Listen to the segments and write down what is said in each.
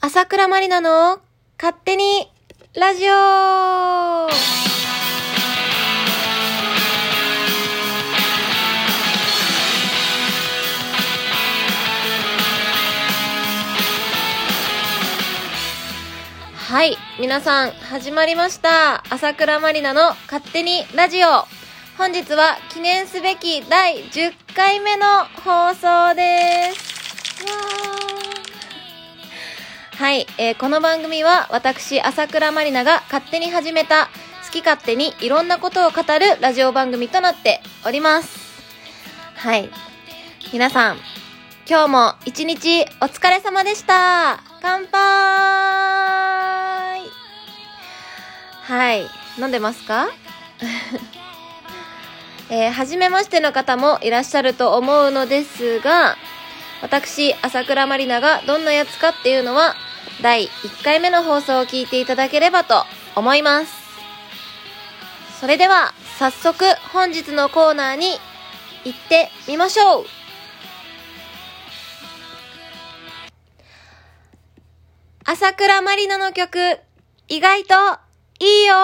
朝倉まりなの勝手にラジオ。はい、皆さん始まりました。朝倉まりなの勝手にラジオ。本日は記念すべき第10回目の放送です。はい、この番組は私朝倉まりなが勝手に始めた好き勝手にいろんなことを語るラジオ番組となっております。はい、皆さん今日も一日お疲れ様でした。乾杯。はい、飲んでますか？初めましての方もいらっしゃると思うのですが、私朝倉まりながどんなやつかっていうのは第1回目の放送を聞いていただければと思います。それでは早速本日のコーナーに行ってみましょう。朝倉まりなの曲意外といいよー。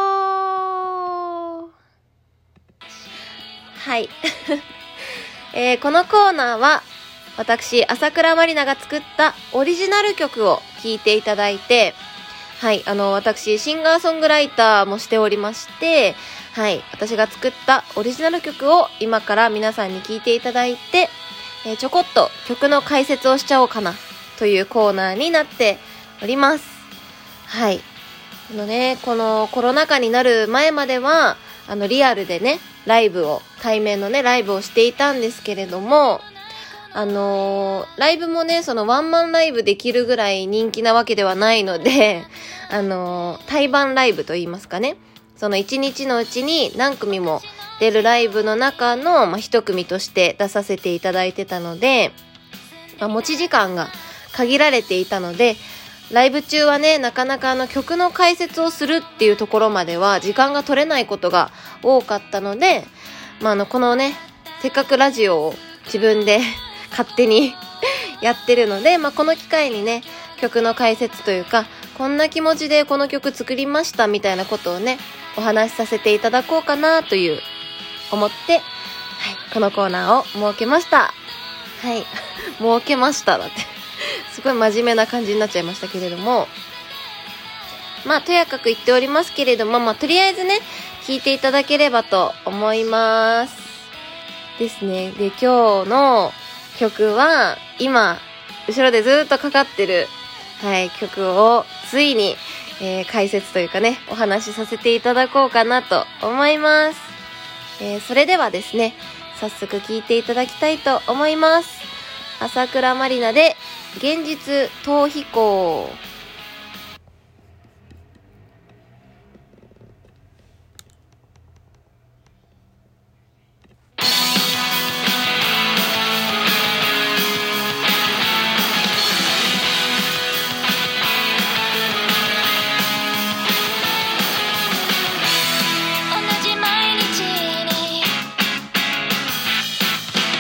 はい、このコーナーは私朝倉まりなが作ったオリジナル曲を聴いていただいて、はい、私シンガーソングライターもしておりまして、はい、私が作ったオリジナル曲を今から皆さんに聴いていただいて、ちょこっと曲の解説をしちゃおうかなというコーナーになっております。はい、このコロナ禍になる前まではリアルでね対面のねライブをしていたんですけれども、ライブもねそのワンマンライブできるぐらい人気なわけではないので、対バンライブと言いますかね、その1日のうちに何組も出るライブの中の、一組として出させていただいてたので、持ち時間が限られていたので、ライブ中はねなかなか曲の解説をするっていうところまでは時間が取れないことが多かったので、このねせっかくラジオを自分で勝手にやってるので、この機会にね曲の解説というか、こんな気持ちでこの曲作りましたみたいなことをねお話しさせていただこうかなという思って、はい、このコーナーを設けました。はい、設けましただってすごい真面目な感じになっちゃいましたけれども、とやかく言っておりますけれども、とりあえずね聞いていただければと思いますですね。で、今日の曲は今後ろでずっとかかってる、はい、曲をついに、解説というかねお話しさせていただこうかなと思います。それではですね早速聴いていただきたいと思います。朝倉まりなで現実逃避行。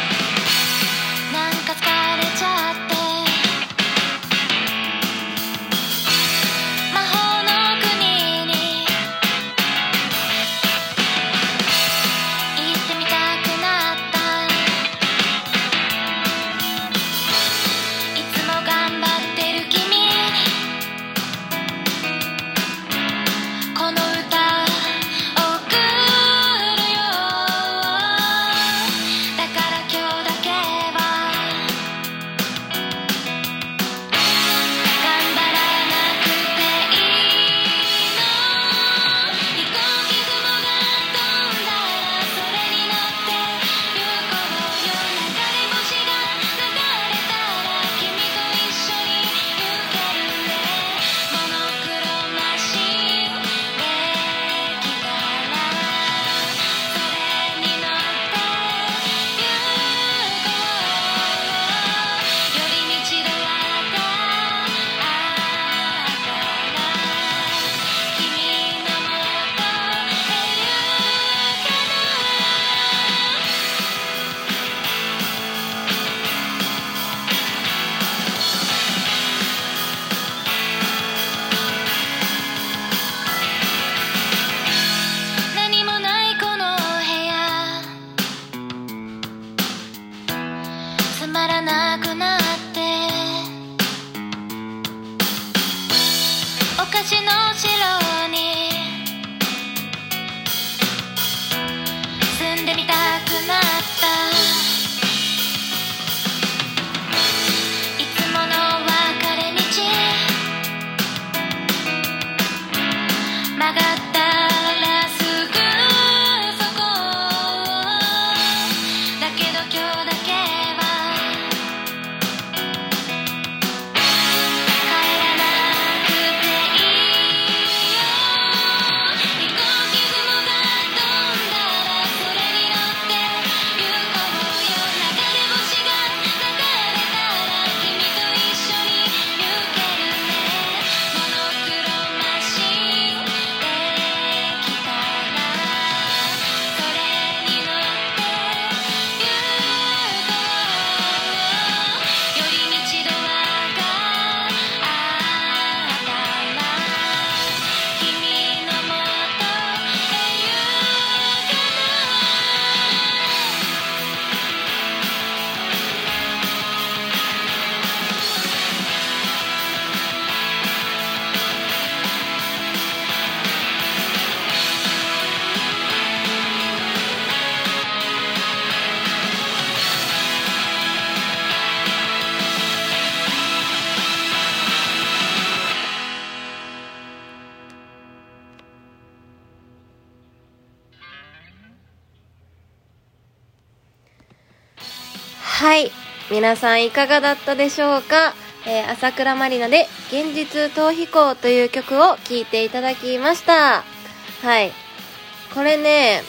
なんか疲れちゃって皆さんいかがだったでしょうか。朝倉まりなで現実逃避行という曲を聴いていただきました。はい。これね、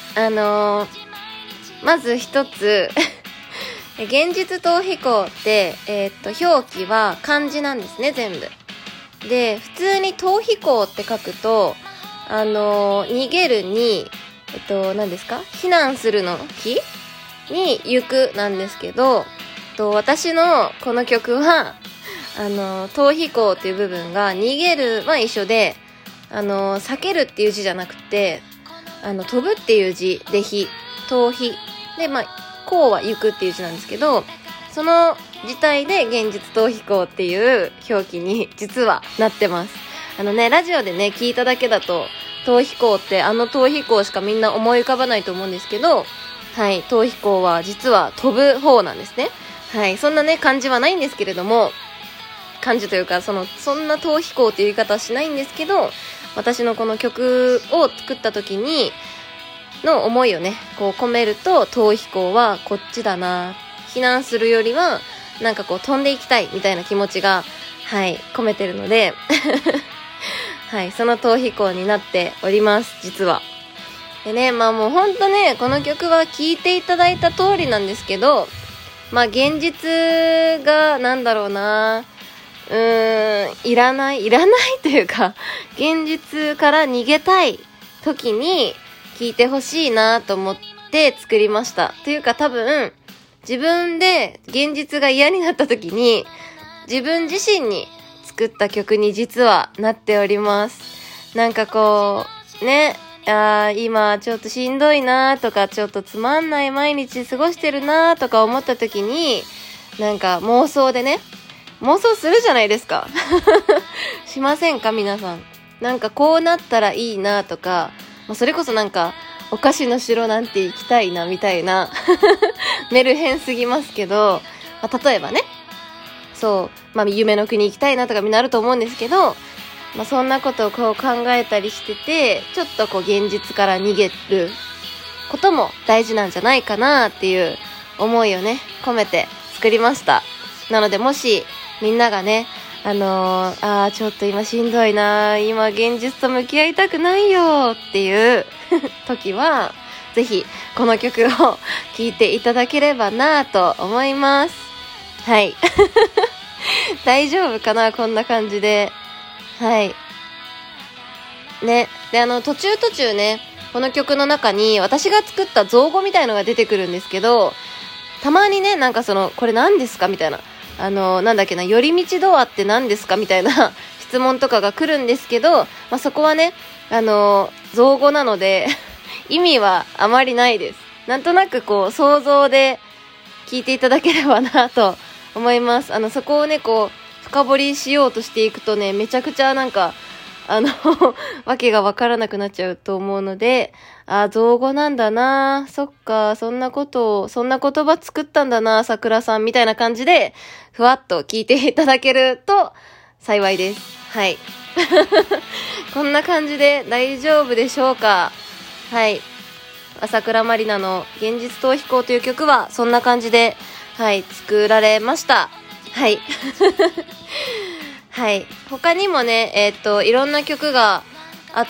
まず一つ、現実逃避行って、表記は漢字なんですね、全部。で、普通に逃避行って書くと、逃げるに、何ですか？避難するの避に行くなんですけど、私のこの曲は、逃避行っていう部分が逃げるは一緒で、避けるっていう字じゃなくて、飛ぶっていう字で逃避。で、行は行くっていう字なんですけど、その字体で現実逃避行っていう表記に実はなってます。ラジオでね、聞いただけだと、逃避行って逃避行しかみんな思い浮かばないと思うんですけど、はい、逃避行は実は飛ぶ方なんですね。はい、そんなね、漢字はないんですけれども、漢字というか、そんな逃避行っていう言い方はしないんですけど、私のこの曲を作った時に、の思いをね、こう込めると、逃避行はこっちだな。避難するよりは、なんかこう飛んでいきたいみたいな気持ちが、はい、込めてるので、はい、その逃避行になっております、実は。でね、もうほんとね、この曲は聴いていただいた通りなんですけど、現実が、なんだろうな、いらないというか、現実から逃げたい時に聴いてほしいなと思って作りました。というか多分、自分で現実が嫌になった時に、自分自身に作った曲に実はなっております。なんかこう、ね、今ちょっとしんどいなとか、ちょっとつまんない毎日過ごしてるなとか思った時に、なんか妄想でね、妄想するじゃないですか。しませんか皆さん。なんかこうなったらいいなとか、それこそなんか、お菓子の城なんて行きたいなみたいな、メルヘンすぎますけど、例えばね、そう、夢の国行きたいなとかみんなあると思うんですけど、そんなことをこう考えたりしてて、ちょっとこう現実から逃げることも大事なんじゃないかなっていう思いをね、込めて作りました。なのでもしみんながね、ちょっと今しんどいな、今現実と向き合いたくないよっていう時は、ぜひこの曲を聴いていただければなと思います。はい。大丈夫かなこんな感じで。はい。ね。で、途中ね、この曲の中に私が作った造語みたいのが出てくるんですけど、たまにね、なんかこれ何ですかみたいな。なんだっけな、寄り道ドアって何ですかみたいな質問とかが来るんですけど、そこはね、造語なので、意味はあまりないです。なんとなくこう、想像で聞いていただければなと思います。そこをね、こう、深掘りしようとしていくとね、めちゃくちゃなんか、わけがわからなくなっちゃうと思うので、造語なんだな、そっか、そんな言葉作ったんだな、桜さんみたいな感じで、ふわっと聞いていただけると幸いです。はい。こんな感じで大丈夫でしょうか。はい。朝倉まりなの現実逃避行という曲は、そんな感じで、はい、作られました。はい。はい。他にもね、いろんな曲があって、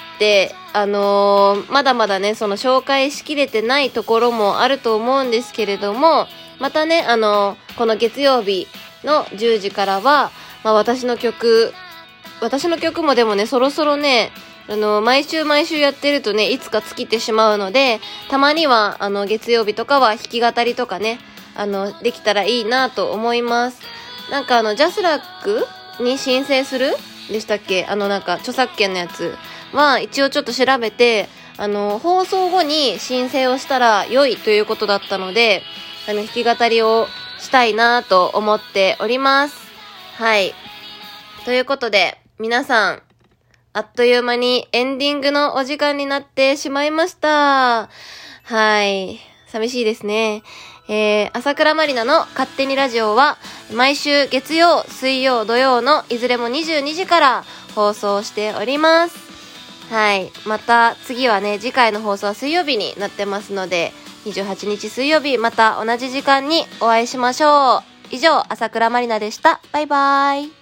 まだまだね、その紹介しきれてないところもあると思うんですけれども、またね、この月曜日の10時からは、私の曲もでもね、そろそろね、毎週やってるとね、いつか尽きてしまうので、たまには、月曜日とかは弾き語りとかね、できたらいいなと思います。なんかジャスラックに申請するでしたっけ？なんか著作権のやつは一応ちょっと調べて、放送後に申請をしたら良いということだったので、弾き語りをしたいなと思っております。はい。ということで、皆さん、あっという間にエンディングのお時間になってしまいました。はい。寂しいですね。朝倉まりなの勝手にラジオは毎週月曜、水曜、土曜のいずれも22時から放送しております。はい。また次はね、次回の放送は水曜日になってますので、28日水曜日また同じ時間にお会いしましょう。 以上、朝倉まりなでした。バイバイ。